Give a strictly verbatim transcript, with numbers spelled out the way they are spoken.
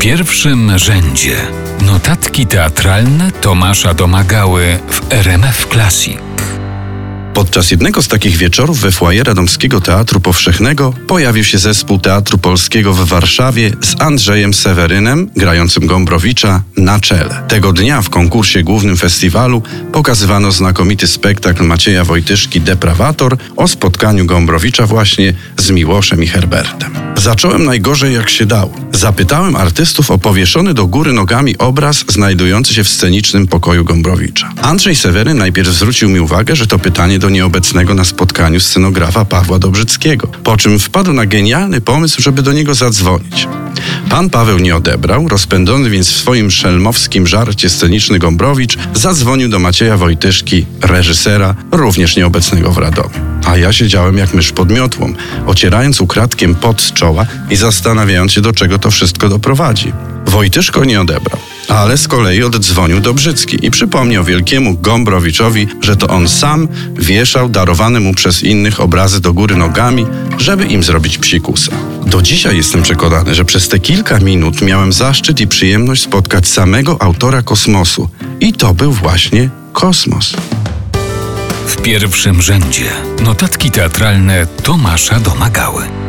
pierwszym rzędzie. Notatki teatralne Tomasza Domagały w R M F Classic. Podczas jednego z takich wieczorów we foyer Radomskiego Teatru Powszechnego pojawił się zespół Teatru Polskiego w Warszawie z Andrzejem Sewerynem, grającym Gombrowicza, na czele. Tego dnia w konkursie głównym festiwalu pokazywano znakomity spektakl Macieja Wojtyszki Deprawator o spotkaniu Gombrowicza właśnie z Miłoszem i Herbertem. Zacząłem najgorzej jak się dało. Zapytałem artystów o powieszony do góry nogami obraz znajdujący się w scenicznym pokoju Gombrowicza. Andrzej Seweryn najpierw zwrócił mi uwagę, że to pytanie do nieobecnego na spotkaniu scenografa Pawła Dobrzyckiego, po czym wpadł na genialny pomysł, żeby do niego zadzwonić. Pan Paweł nie odebrał, rozpędzony więc w swoim szelmowskim żarcie sceniczny Gombrowicz zadzwonił do Macieja Wojtyszki, reżysera, również nieobecnego w Radomiu. A ja siedziałem jak mysz pod miotłą, ocierając ukradkiem pot z czoła i zastanawiając się, do czego to wszystko doprowadzi. Wojtyszko nie odebrał, ale z kolei oddzwonił Dobrzycki i przypomniał wielkiemu Gombrowiczowi, że to on sam wieszał darowane mu przez innych obrazy do góry nogami, żeby im zrobić psikusa. Do dzisiaj jestem przekonany, że przez te kilka minut miałem zaszczyt i przyjemność spotkać samego autora Kosmosu. I to był właśnie Kosmos. W pierwszym rzędzie. Notatki teatralne Tomasza Domagały.